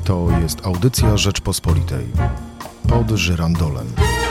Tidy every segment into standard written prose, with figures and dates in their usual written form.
To jest audycja Rzeczpospolitej. Pod żyrandolem.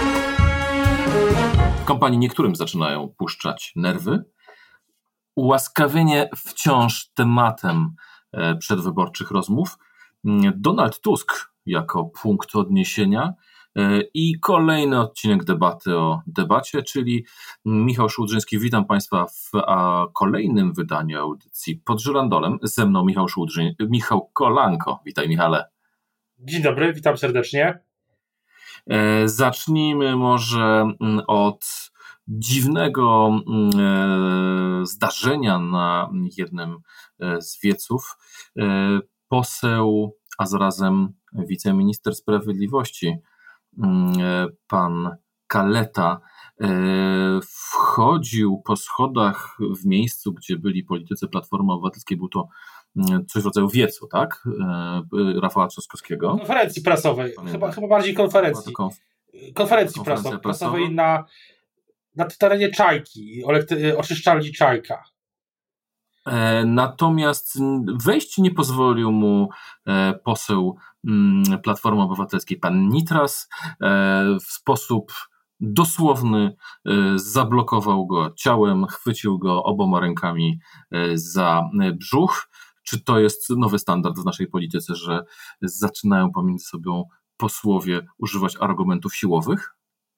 W kampanii niektórym zaczynają puszczać nerwy. Ułaskawienie wciąż tematem przedwyborczych rozmów. Donald Tusk jako punkt odniesienia i kolejny odcinek debaty o debacie, czyli Michał Szułdrzyński. Witam Państwa w kolejnym wydaniu audycji Pod żyrandolem. Ze mną Michał Kolanko. Witaj, Michale. Dzień dobry, witam serdecznie. Zacznijmy może od dziwnego zdarzenia na jednym z wieców. Poseł, a zarazem wiceminister sprawiedliwości, pan Kaleta, wchodził po schodach w miejscu, gdzie byli politycy Platformy Obywatelskiej. Był to coś w rodzaju wiecu, tak? Rafała Trzaskowskiego. Konferencji prasowej, chyba bardziej konferencji. Konferencji prasowej na terenie Czajki, oczyszczalni Czajka. Natomiast wejść nie pozwolił mu poseł Platformy Obywatelskiej, pan Nitras. W sposób dosłowny zablokował go ciałem, chwycił go oboma rękami za brzuch. Czy to jest nowy standard w naszej polityce, że zaczynają pomiędzy sobą posłowie używać argumentów siłowych?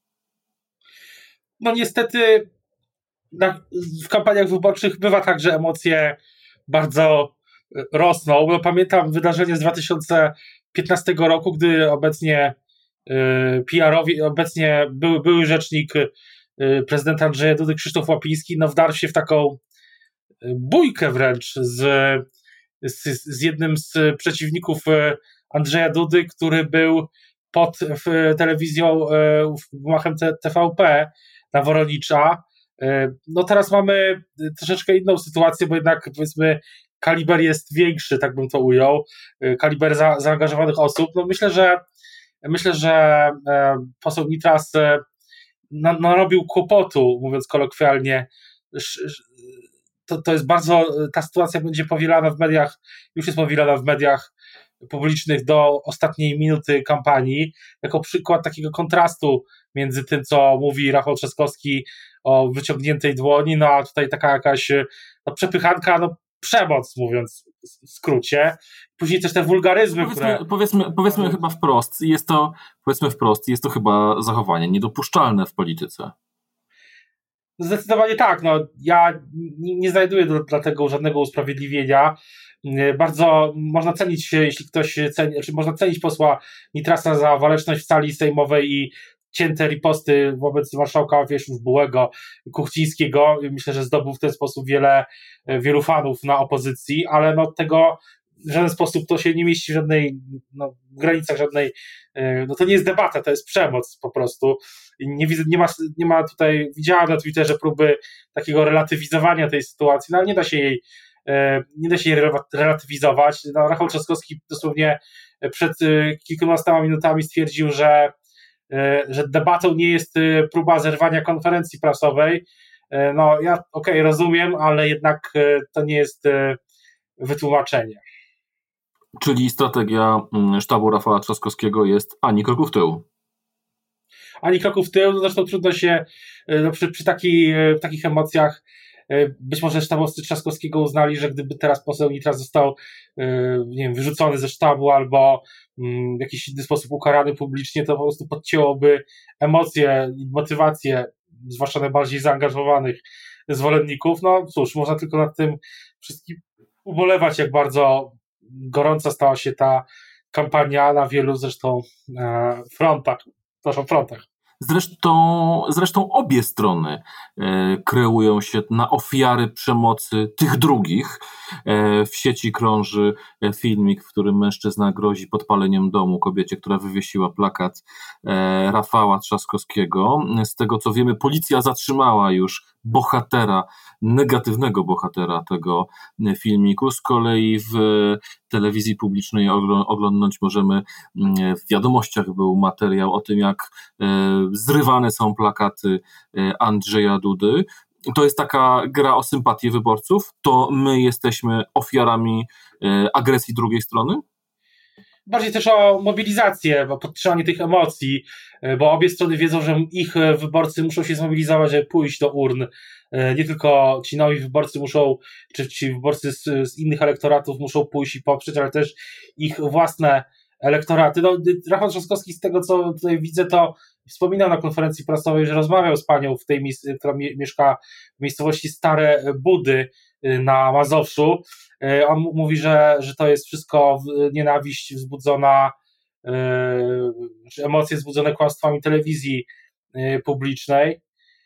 No niestety w kampaniach wyborczych bywa tak, że emocje bardzo rosną. No, pamiętam wydarzenie z 2015 roku, gdy obecnie były rzecznik prezydenta Andrzeja Dudy, Krzysztof Łapiński, wdarł się w taką bójkę wręcz z jednym z przeciwników Andrzeja Dudy, który był pod telewizją gmachem TVP na Woronicza. No teraz mamy troszeczkę inną sytuację, bo jednak powiedzmy kaliber jest większy, tak bym to ujął, kaliber zaangażowanych osób. No myślę, że poseł Nitras narobił kłopotu, mówiąc kolokwialnie. To jest bardzo, ta sytuacja będzie powielana w mediach, już jest powielana w mediach publicznych do ostatniej minuty kampanii, jako przykład takiego kontrastu między tym, co mówi Rafał Trzaskowski o wyciągniętej dłoni, no a tutaj taka jakaś przepychanka, przemoc, mówiąc w skrócie. Później też te wulgaryzmy, Powiedzmy chyba wprost, jest to chyba zachowanie niedopuszczalne w polityce. Zdecydowanie tak. Ja nie znajduję dla tego żadnego usprawiedliwienia. Bardzo można cenić, jeśli ktoś ceni, można cenić posła Nitrasa za waleczność w sali sejmowej i cięte riposty wobec marszałka Wierzchów-Bułego, Kuchcińskiego. Myślę, że zdobył w ten sposób wielu fanów na opozycji, ale tego w żaden sposób to się nie mieści w żadnej, w granicach żadnej, to nie jest debata, to jest przemoc po prostu. Nie ma tutaj, widziałem na Twitterze próby takiego relatywizowania tej sytuacji, ale nie da się jej relatywizować. Rafał Trzaskowski dosłownie przed kilkunastoma minutami stwierdził, że debatą nie jest próba zerwania konferencji prasowej. Ja rozumiem, ale jednak to nie jest wytłumaczenie. Czyli strategia sztabu Rafała Trzaskowskiego jest ani kroku w tył. Ani kroku w tył, zresztą trudno się przy takich emocjach, być może sztabowcy Trzaskowskiego uznali, że gdyby teraz poseł Nitras został wyrzucony ze sztabu albo w jakiś inny sposób ukarany publicznie, to po prostu podcięłoby emocje i motywację, zwłaszcza najbardziej zaangażowanych zwolenników. Cóż, można tylko nad tym wszystkim ubolewać, jak bardzo gorąca stała się ta kampania na wielu zresztą frontach. Zresztą obie strony kreują się na ofiary przemocy tych drugich. W sieci krąży filmik, w którym mężczyzna grozi podpaleniem domu kobiecie, która wywiesiła plakat Rafała Trzaskowskiego. Z tego co wiemy, policja zatrzymała już negatywnego bohatera tego filmiku. Z kolei w telewizji publicznej oglądnąć możemy, w wiadomościach był materiał o tym, jak zrywane są plakaty Andrzeja Dudy. To jest taka gra o sympatię wyborców? To my jesteśmy ofiarami agresji drugiej strony? bardziej też o mobilizację, o podtrzymanie tych emocji, bo obie strony wiedzą, że ich wyborcy muszą się zmobilizować, żeby pójść do urn. Nie tylko ci nowi wyborcy muszą, czy ci wyborcy z innych elektoratów muszą pójść i poprzeć, ale też ich własne elektoraty. No, Rafał Trzaskowski, z tego co tutaj widzę, to wspominał na konferencji prasowej, że rozmawiał z panią w tej która mieszka w miejscowości Stare Budy na Mazowszu. On mówi, że to jest wszystko nienawiść wzbudzona, czy emocje wzbudzone kłamstwami telewizji publicznej.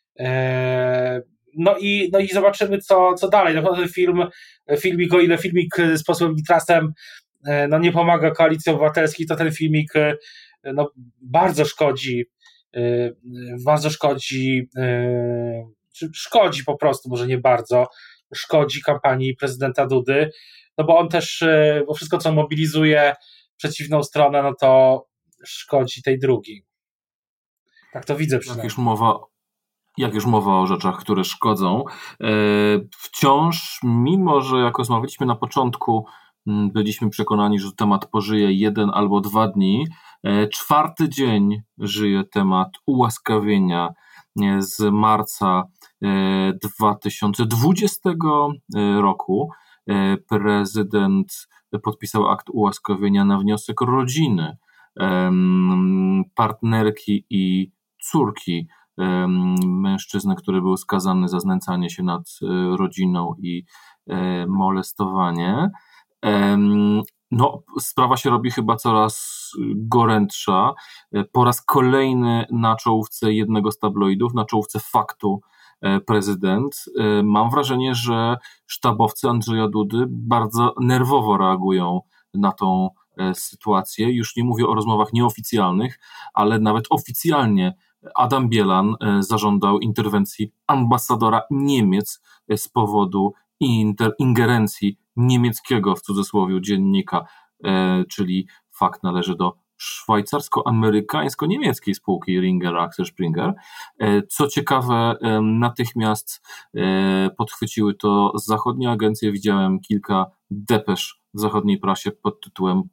No i zobaczymy, co dalej. No, ten filmik, o ile filmik z posłem Nitrasem no, nie pomaga Koalicji Obywatelskiej, to ten filmik no, bardzo szkodzi, czy szkodzi po prostu, może nie bardzo, szkodzi kampanii prezydenta Dudy, no bo on też, bo wszystko co mobilizuje przeciwną stronę, no to szkodzi tej drugiej. Tak to widzę przynajmniej. Jak już mowa o rzeczach, które szkodzą, wciąż, mimo że jak rozmawialiśmy na początku, byliśmy przekonani, że temat pożyje 1 albo 2 dni, 4. dzień żyje temat ułaskawienia z marca 2020 roku. Prezydent podpisał akt ułaskawienia na wniosek rodziny, partnerki i córki mężczyzny, który był skazany za znęcanie się nad rodziną i molestowanie. No, sprawa się robi chyba coraz gorętsza. Po raz kolejny na czołówce jednego z tabloidów, na czołówce Faktu prezydent. Mam wrażenie, że sztabowcy Andrzeja Dudy bardzo nerwowo reagują na tą sytuację. Już nie mówię o rozmowach nieoficjalnych, ale nawet oficjalnie Adam Bielan zażądał interwencji ambasadora Niemiec z powodu ingerencji niemieckiego, w cudzysłowie, dziennika, czyli Fakt należy do szwajcarsko-amerykańsko-niemieckiej spółki Ringer Axel Springer. Co ciekawe, natychmiast podchwyciły to zachodnie agencje. Widziałem kilka depesz w zachodniej prasie pod tytułem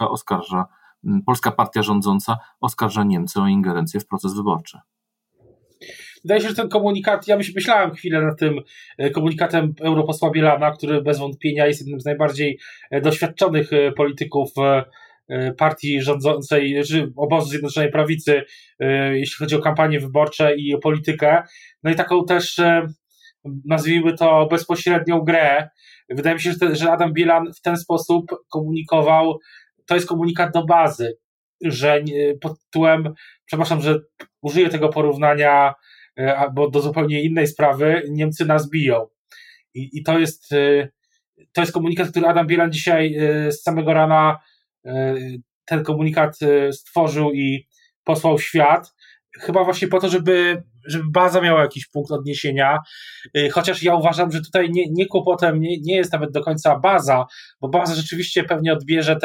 Polska partia rządząca oskarża Niemcy o ingerencję w proces wyborczy. Wydaje się, że ten komunikat, ja myślałem chwilę nad tym komunikatem europosła Bielana, który bez wątpienia jest jednym z najbardziej doświadczonych polityków partii rządzącej, czy obozu Zjednoczonej Prawicy, jeśli chodzi o kampanie wyborcze i o politykę. No i taką też, nazwijmy to, bezpośrednią grę. Wydaje mi się, że Adam Bielan w ten sposób komunikował, to jest komunikat do bazy, że pod tytułem, przepraszam, że użyję tego porównania, bo do zupełnie innej sprawy, Niemcy nas biją. I to jest komunikat, który Adam Bielan dzisiaj z samego rana ten komunikat stworzył i posłał w świat, chyba właśnie po to, żeby baza miała jakiś punkt odniesienia, chociaż ja uważam, że tutaj nie kłopotem nie jest nawet do końca baza, bo baza rzeczywiście pewnie odbierze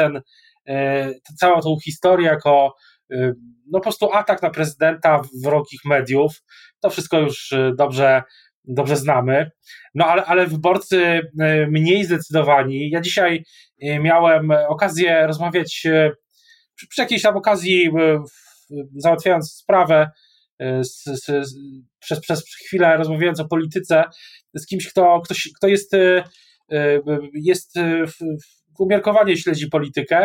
całą tą historię jako no po prostu atak na prezydenta wrogich mediów. To wszystko już dobrze znamy. No ale wyborcy mniej zdecydowani. Ja dzisiaj miałem okazję rozmawiać przy jakiejś tam okazji, załatwiając sprawę, przez chwilę rozmawiając o polityce z kimś, kto jest umiarkowanie śledzi politykę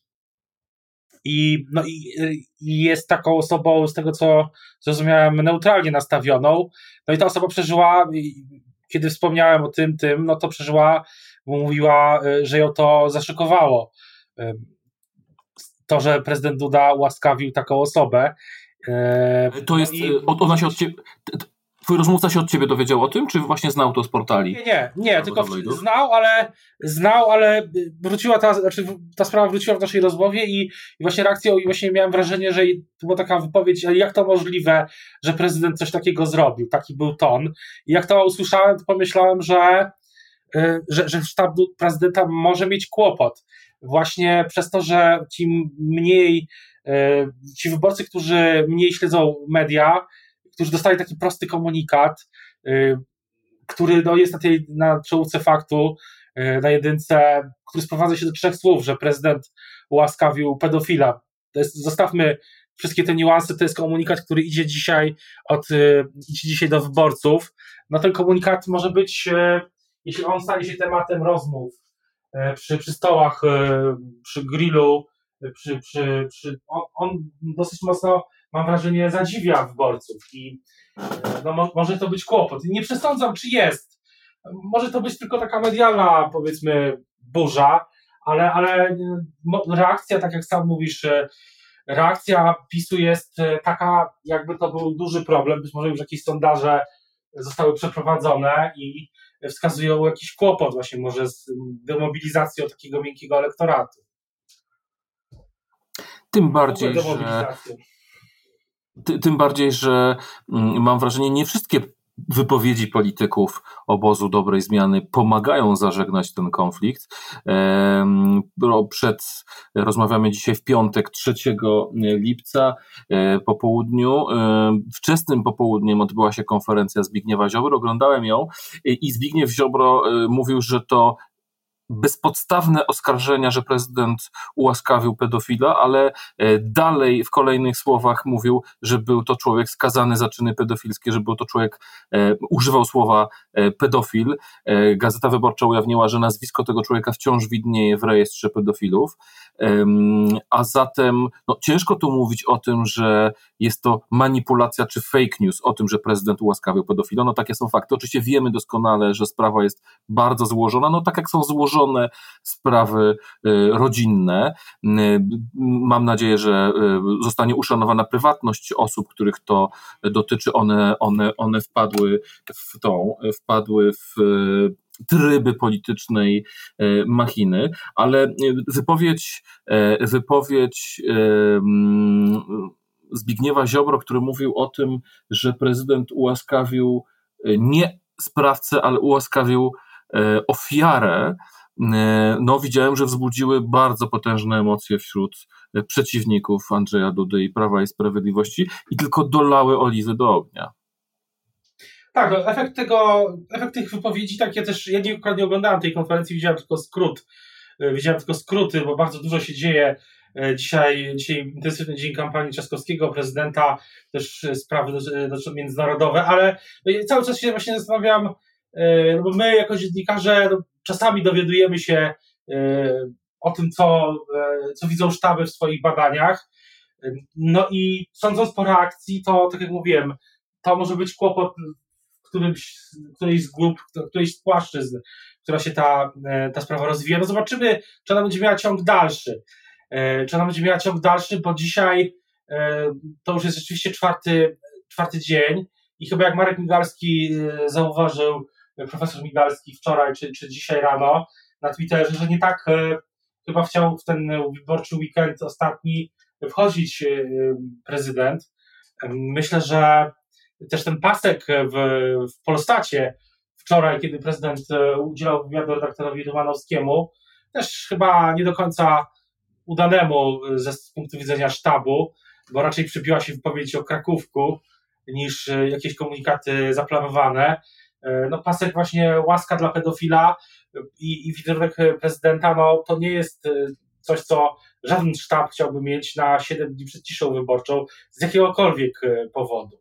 i jest taką osobą, z tego co zrozumiałem, neutralnie nastawioną. No i ta osoba przeżyła, kiedy wspomniałem o tym, no to przeżyła, bo mówiła, że ją to zaszokowało. To, że prezydent Duda ułaskawił taką osobę. To jest, ona się od ciebie, twój rozmówca się od ciebie dowiedział o tym, czy właśnie znał to z portali? Nie, tylko znał, ale ta sprawa wróciła w naszej rozmowie i właśnie reakcją, i właśnie miałem wrażenie, że to była taka wypowiedź, ale jak to możliwe, że prezydent coś takiego zrobił, taki był ton. I jak to usłyszałem, to pomyślałem, że sztab prezydenta może mieć kłopot. Właśnie przez to, że ci wyborcy, którzy mniej śledzą media, którzy dostali taki prosty komunikat, który jest na czołówce Faktu, na jedynce, który sprowadza się do 3 słów, że prezydent ułaskawił pedofila. Zostawmy wszystkie te niuanse, to jest komunikat, który idzie dzisiaj do wyborców. No ten komunikat może być, jeśli on stanie się tematem rozmów przy stołach, przy grillu, on dosyć mocno, mam wrażenie, zadziwia wyborców i no, może to być kłopot. Nie przesądzam, czy jest. Może to być tylko taka medialna, powiedzmy, burza, ale reakcja, tak jak sam mówisz, reakcja PiS-u jest taka, jakby to był duży problem. Być może już jakieś sondaże zostały przeprowadzone i wskazują jakiś kłopot właśnie może z demobilizacją takiego miękkiego elektoratu. Tym bardziej, że mam wrażenie, nie wszystkie wypowiedzi polityków obozu dobrej zmiany pomagają zażegnać ten konflikt. Rozmawiamy dzisiaj w piątek 3 lipca po południu. Wczesnym popołudniem odbyła się konferencja Zbigniewa Ziobry, oglądałem ją i Zbigniew Ziobro mówił, że to bezpodstawne oskarżenia, że prezydent ułaskawił pedofila, ale dalej w kolejnych słowach mówił, że był to człowiek skazany za czyny pedofilskie, że był to człowiek, używał słowa pedofil. Gazeta Wyborcza ujawniła, że nazwisko tego człowieka wciąż widnieje w rejestrze pedofilów, a zatem ciężko tu mówić o tym, że jest to manipulacja czy fake news, o tym, że prezydent ułaskawił pedofila. Takie są fakty. Oczywiście wiemy doskonale, że sprawa jest bardzo złożona, tak jak są złożone sprawy rodzinne. Mam nadzieję, że zostanie uszanowana prywatność osób, których to dotyczy. One wpadły w tryby politycznej machiny, ale wypowiedź Zbigniewa Ziobro, który mówił o tym, że prezydent ułaskawił nie sprawcę, ale ułaskawił ofiarę, widziałem, że wzbudziły bardzo potężne emocje wśród przeciwników Andrzeja Dudy i Prawa i Sprawiedliwości i tylko dolały oliwy do ognia. Tak, efekt tych wypowiedzi, ja nie oglądałem tej konferencji, widziałem tylko skróty, bo bardzo dużo się dzieje. Dzisiaj intensywny dzień kampanii Trzaskowskiego, prezydenta, też sprawy międzynarodowe, ale cały czas się właśnie zastanawiam, bo my jako dziennikarze czasami dowiadujemy się o tym, co widzą sztaby w swoich badaniach. I sądząc po reakcji, to tak jak mówiłem, to może być kłopot którejś z grup, którejś z płaszczyzn, która się ta sprawa rozwija. Zobaczymy, czy ona będzie miała ciąg dalszy, bo dzisiaj to już jest rzeczywiście czwarty dzień i chyba jak Marek Migalski zauważył, profesor Migalski wczoraj czy dzisiaj rano na Twitterze, że nie tak chyba chciał w ten wyborczy weekend ostatni wchodzić prezydent. Myślę, że też ten pasek w Polsacie wczoraj, kiedy prezydent udzielał wywiadu redaktorowi Rymanowskiemu, też chyba nie do końca udanemu z punktu widzenia sztabu, bo raczej przybiła się wypowiedź o Krakówku niż jakieś komunikaty zaplanowane. Pasek właśnie łaska dla pedofila i wizerunek prezydenta, to nie jest coś, co żaden sztab chciałby mieć na 7 dni przed ciszą wyborczą z jakiegokolwiek powodu.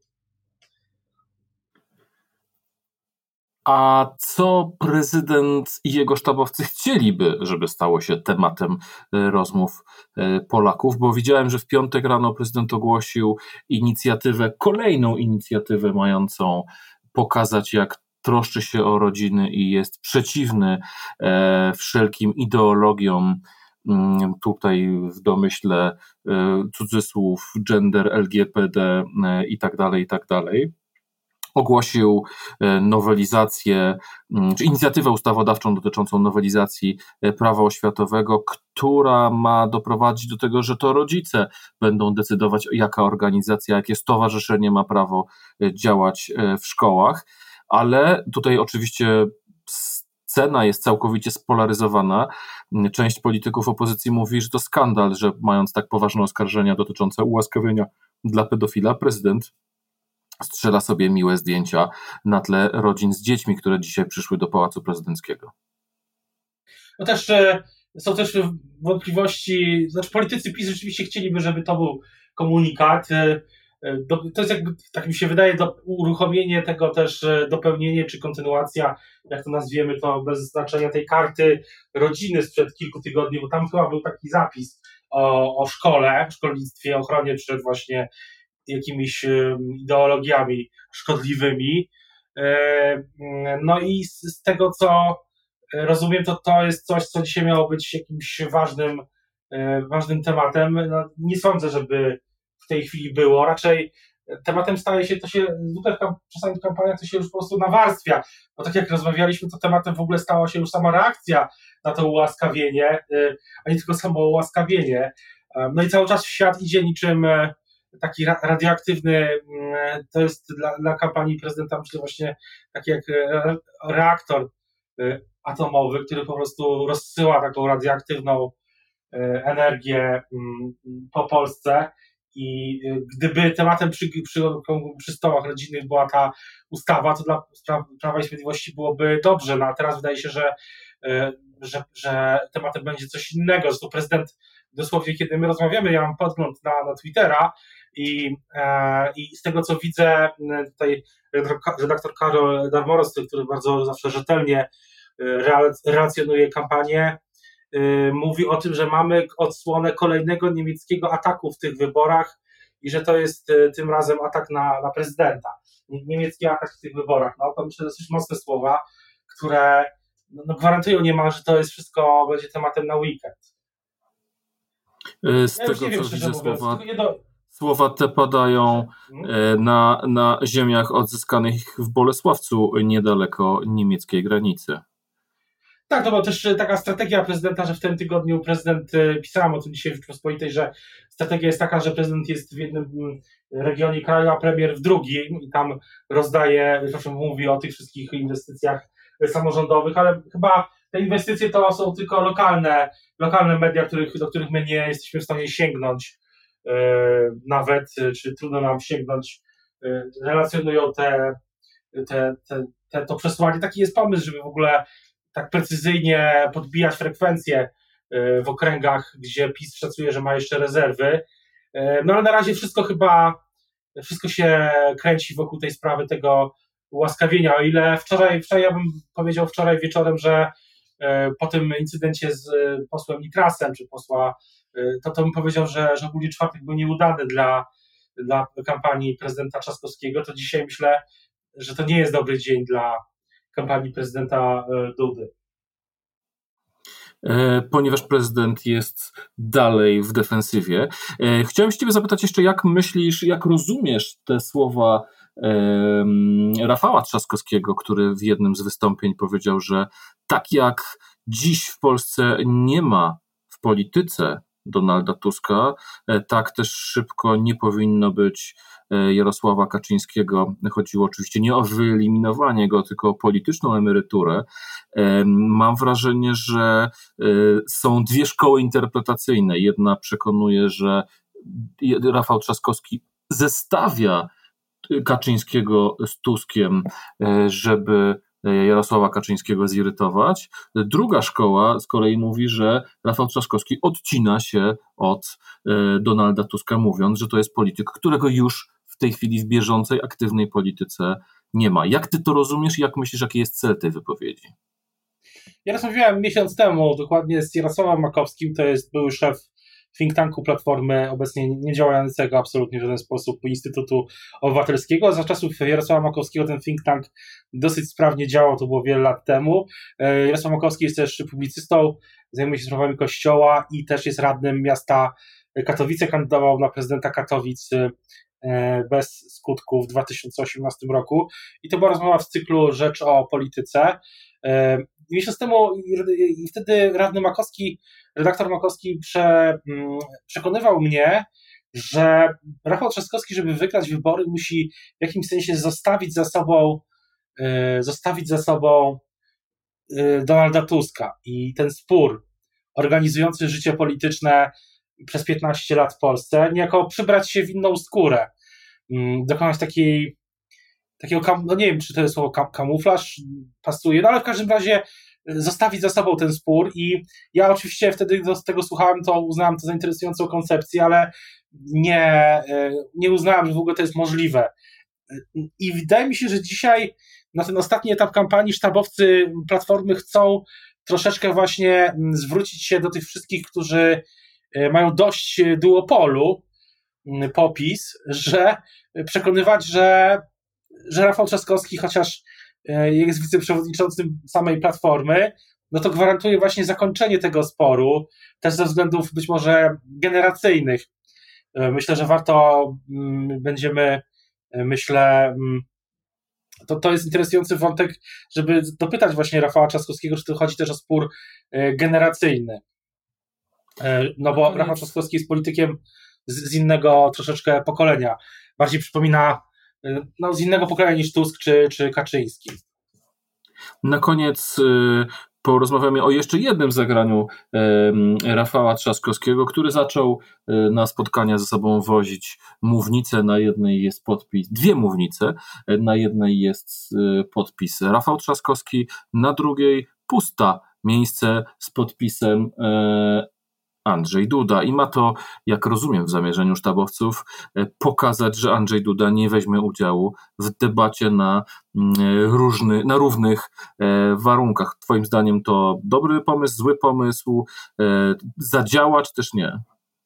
A co prezydent i jego sztabowcy chcieliby, żeby stało się tematem rozmów Polaków? Bo widziałem, że w piątek rano prezydent ogłosił kolejną inicjatywę mającą pokazać, jak troszczy się o rodziny i jest przeciwny wszelkim ideologiom, tutaj w domyśle cudzysłów gender, LGBT i tak dalej. Ogłosił nowelizację, czy inicjatywę ustawodawczą dotyczącą nowelizacji prawa oświatowego, która ma doprowadzić do tego, że to rodzice będą decydować, jaka organizacja, jakie stowarzyszenie ma prawo działać w szkołach, ale tutaj oczywiście scena jest całkowicie spolaryzowana. Część polityków opozycji mówi, że to skandal, że mając tak poważne oskarżenia dotyczące ułaskawienia dla pedofila, prezydent strzela sobie miłe zdjęcia na tle rodzin z dziećmi, które dzisiaj przyszły do Pałacu Prezydenckiego. Też są też wątpliwości, znaczy politycy PiS rzeczywiście chcieliby, żeby to był komunikat. To jest jakby, tak mi się wydaje, uruchomienie tego też, dopełnienie czy kontynuacja, jak to nazwiemy, to bez znaczenia, tej karty rodziny sprzed kilku tygodni, bo tam chyba był taki zapis o szkole, szkolnictwie, ochronie przed właśnie jakimiś ideologiami szkodliwymi. No i z tego, co rozumiem, to jest coś, co dzisiaj miało być jakimś ważnym tematem. No, nie sądzę, żeby w tej chwili było. Raczej tematem staje się, to się zwykle czasami w kampaniach to się już po prostu nawarstwia. Bo tak jak rozmawialiśmy, to tematem w ogóle stała się już sama reakcja na to ułaskawienie, a nie tylko samo ułaskawienie. No i cały czas świat idzie niczym taki radioaktywny, to jest dla kampanii prezydenta, myślę, właśnie taki jak reaktor atomowy, który po prostu rozsyła taką radioaktywną energię po Polsce. I gdyby tematem przy stołach rodzinnych była ta ustawa, to dla Prawa i Sprawiedliwości byłoby dobrze. No a teraz wydaje się, że tematem będzie coś innego. Zresztą prezydent dosłownie, kiedy my rozmawiamy, ja mam podgląd na Twittera i z tego, co widzę, tutaj redaktor Karol Darmoros, który bardzo zawsze rzetelnie relacjonuje kampanię, mówi o tym, że mamy odsłonę kolejnego niemieckiego ataku w tych wyborach i że to jest tym razem atak na prezydenta. Niemiecki atak w tych wyborach. No to myślę, że dosyć mocne słowa, które gwarantują niemal, że to jest wszystko, będzie tematem na weekend. Z tego, co widzę, słowa te padają na ziemiach odzyskanych w Bolesławcu, niedaleko niemieckiej granicy. Tak, to była też taka strategia prezydenta, że w tym tygodniu prezydent, pisałem o tym dzisiaj w Rzeczypospolitej, że strategia jest taka, że prezydent jest w jednym regionie kraju, a premier w drugim i tam rozdaje, mówi o tych wszystkich inwestycjach samorządowych, ale chyba te inwestycje to są tylko lokalne media, do których my nie jesteśmy w stanie sięgnąć nawet, czy trudno nam sięgnąć, relacjonują to przesłanie. Taki jest pomysł, żeby w ogóle tak precyzyjnie podbijać frekwencję w okręgach, gdzie PiS szacuje, że ma jeszcze rezerwy. No ale na razie wszystko się kręci wokół tej sprawy tego ułaskawienia. O ile wczoraj ja bym powiedział wczoraj wieczorem, że po tym incydencie z posłem Nitrasem, czy posła, to bym powiedział, że ogólnie czwartek był nieudany dla kampanii prezydenta Trzaskowskiego, to dzisiaj myślę, że to nie jest dobry dzień dla kampanii prezydenta Dudy. Ponieważ prezydent jest dalej w defensywie. Chciałem się ciebie zapytać jeszcze, jak myślisz, jak rozumiesz te słowa Rafała Trzaskowskiego, który w jednym z wystąpień powiedział, że tak jak dziś w Polsce nie ma w polityce Donalda Tuska, tak też szybko nie powinno być Jarosława Kaczyńskiego. Chodziło oczywiście nie o wyeliminowanie go, tylko o polityczną emeryturę. Mam wrażenie, że są dwie szkoły interpretacyjne. Jedna przekonuje, że Rafał Trzaskowski zestawia Kaczyńskiego z Tuskiem, żeby Jarosława Kaczyńskiego zirytować. Druga szkoła z kolei mówi, że Rafał Trzaskowski odcina się od Donalda Tuska, mówiąc, że to jest polityk, którego już w tej chwili w bieżącej, aktywnej polityce nie ma. Jak ty to rozumiesz i jak myślisz, jaki jest cel tej wypowiedzi? Ja rozmawiałem miesiąc temu dokładnie z Jarosławem Makowskim, to jest były szef think tanku Platformy, obecnie nie działającego absolutnie w żaden sposób Instytutu Obywatelskiego. Za czasów Jarosława Makowskiego ten think tank dosyć sprawnie działał, to było wiele lat temu. Jarosław Makowski jest też publicystą, zajmuje się sprawami Kościoła i też jest radnym miasta Katowice, kandydował na prezydenta Katowic bez skutku w 2018 roku. I to była rozmowa w cyklu Rzecz o polityce. Miesiąc temu i wtedy radny Makowski, redaktor Makowski przekonywał mnie, że Rafał Trzaskowski, żeby wygrać wybory, musi w jakimś sensie zostawić za sobą Donalda Tuska i ten spór organizujący życie polityczne przez 15 lat w Polsce, niejako przybrać się w inną skórę, dokonać takiego, no nie wiem, czy to jest słowo kamuflaż pasuje, no ale w każdym razie zostawić za sobą ten spór i ja oczywiście wtedy do tego słuchałem, to uznałem to za interesującą koncepcję, ale nie uznałem, że w ogóle to jest możliwe. I wydaje mi się, że dzisiaj na ten ostatni etap kampanii sztabowcy Platformy chcą troszeczkę właśnie zwrócić się do tych wszystkich, którzy mają dość duopolu, PO-PiS, że przekonywać, że Rafał Trzaskowski, chociaż jest wiceprzewodniczącym samej Platformy, no to gwarantuje właśnie zakończenie tego sporu, też ze względów być może generacyjnych. Myślę, że warto to jest interesujący wątek, żeby dopytać właśnie Rafała Trzaskowskiego, czy to chodzi też o spór generacyjny. No bo Rafał Trzaskowski jest politykiem z innego pokolenia. Bardziej przypomina z innego pokolenia niż Tusk czy Kaczyński. Na koniec porozmawiamy o jeszcze jednym zagraniu Rafała Trzaskowskiego, który zaczął na spotkania ze sobą wozić mównice. Na jednej jest podpis, dwie mównice, na jednej jest podpis Rafał Trzaskowski, na drugiej pusta miejsce z podpisem Andrzej Duda. I ma to, jak rozumiem w zamierzeniu sztabowców, pokazać, że Andrzej Duda nie weźmie udziału w debacie na równych warunkach. Twoim zdaniem to dobry pomysł, zły pomysł, zadziała czy też nie?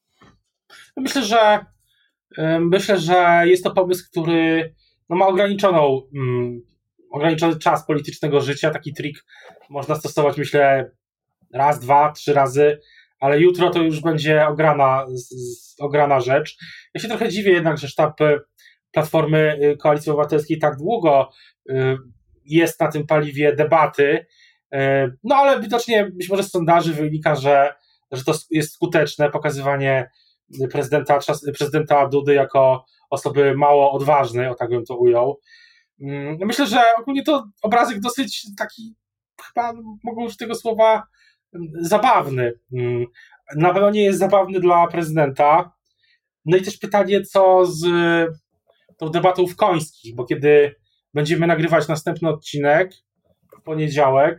Myślę, że jest to pomysł, który ma ograniczony czas politycznego życia. Taki trik można stosować, myślę, raz, dwa, trzy razy, ale jutro to już będzie ograna rzecz. Ja się trochę dziwię jednak, że sztab Platformy Koalicji Obywatelskiej tak długo jest na tym paliwie debaty, no ale widocznie być może z sondaży wynika, że to jest skuteczne pokazywanie prezydenta Dudy jako osoby mało odważnej, o tak bym to ujął. Myślę, że ogólnie to obrazek dosyć taki, chyba mogę użyć tego słowa, zabawny. Na pewno nie jest zabawny dla prezydenta. No i też pytanie, co z tą debatą w Końskich, bo kiedy będziemy nagrywać następny odcinek w poniedziałek,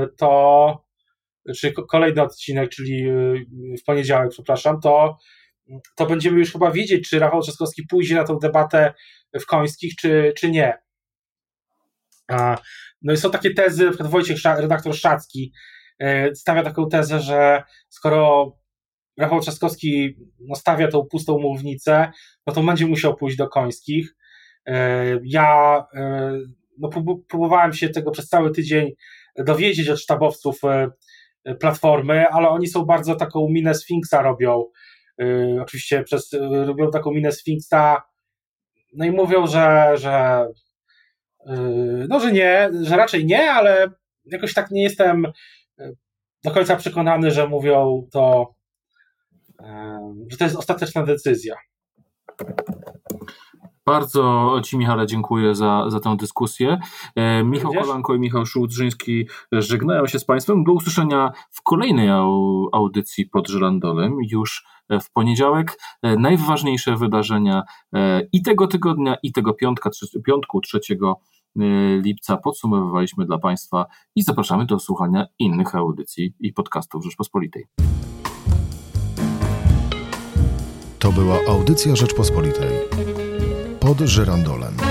czy kolejny odcinek, czyli w poniedziałek, przepraszam, to będziemy już chyba wiedzieć, czy Rafał Trzaskowski pójdzie na tą debatę w Końskich, czy nie. No i są takie tezy, na przykład Wojciech, redaktor Szacki, stawia taką tezę, że skoro Rafał Trzaskowski stawia tą pustą mównicę, no to będzie musiał pójść do Końskich. Ja próbowałem się tego przez cały tydzień dowiedzieć od sztabowców Platformy, ale oni są bardzo taką minę Sfinksa robią. Oczywiście robią taką minę Sfinksa, no i mówią, że nie, że raczej nie, ale jakoś tak nie jestem do końca przekonany, że mówią to, że to jest ostateczna decyzja. Bardzo Ci, Michale, dziękuję za tę dyskusję. Michał Kolanko i Michał Szułdrzyński żegnają się z Państwem. Do usłyszenia w kolejnej audycji pod żyrandolem już w poniedziałek. Najważniejsze wydarzenia i tego tygodnia, i tego piątku 3 lipca podsumowywaliśmy dla Państwa i zapraszamy do słuchania innych audycji i podcastów Rzeczpospolitej. To była audycja Rzeczpospolitej pod żyrandolem.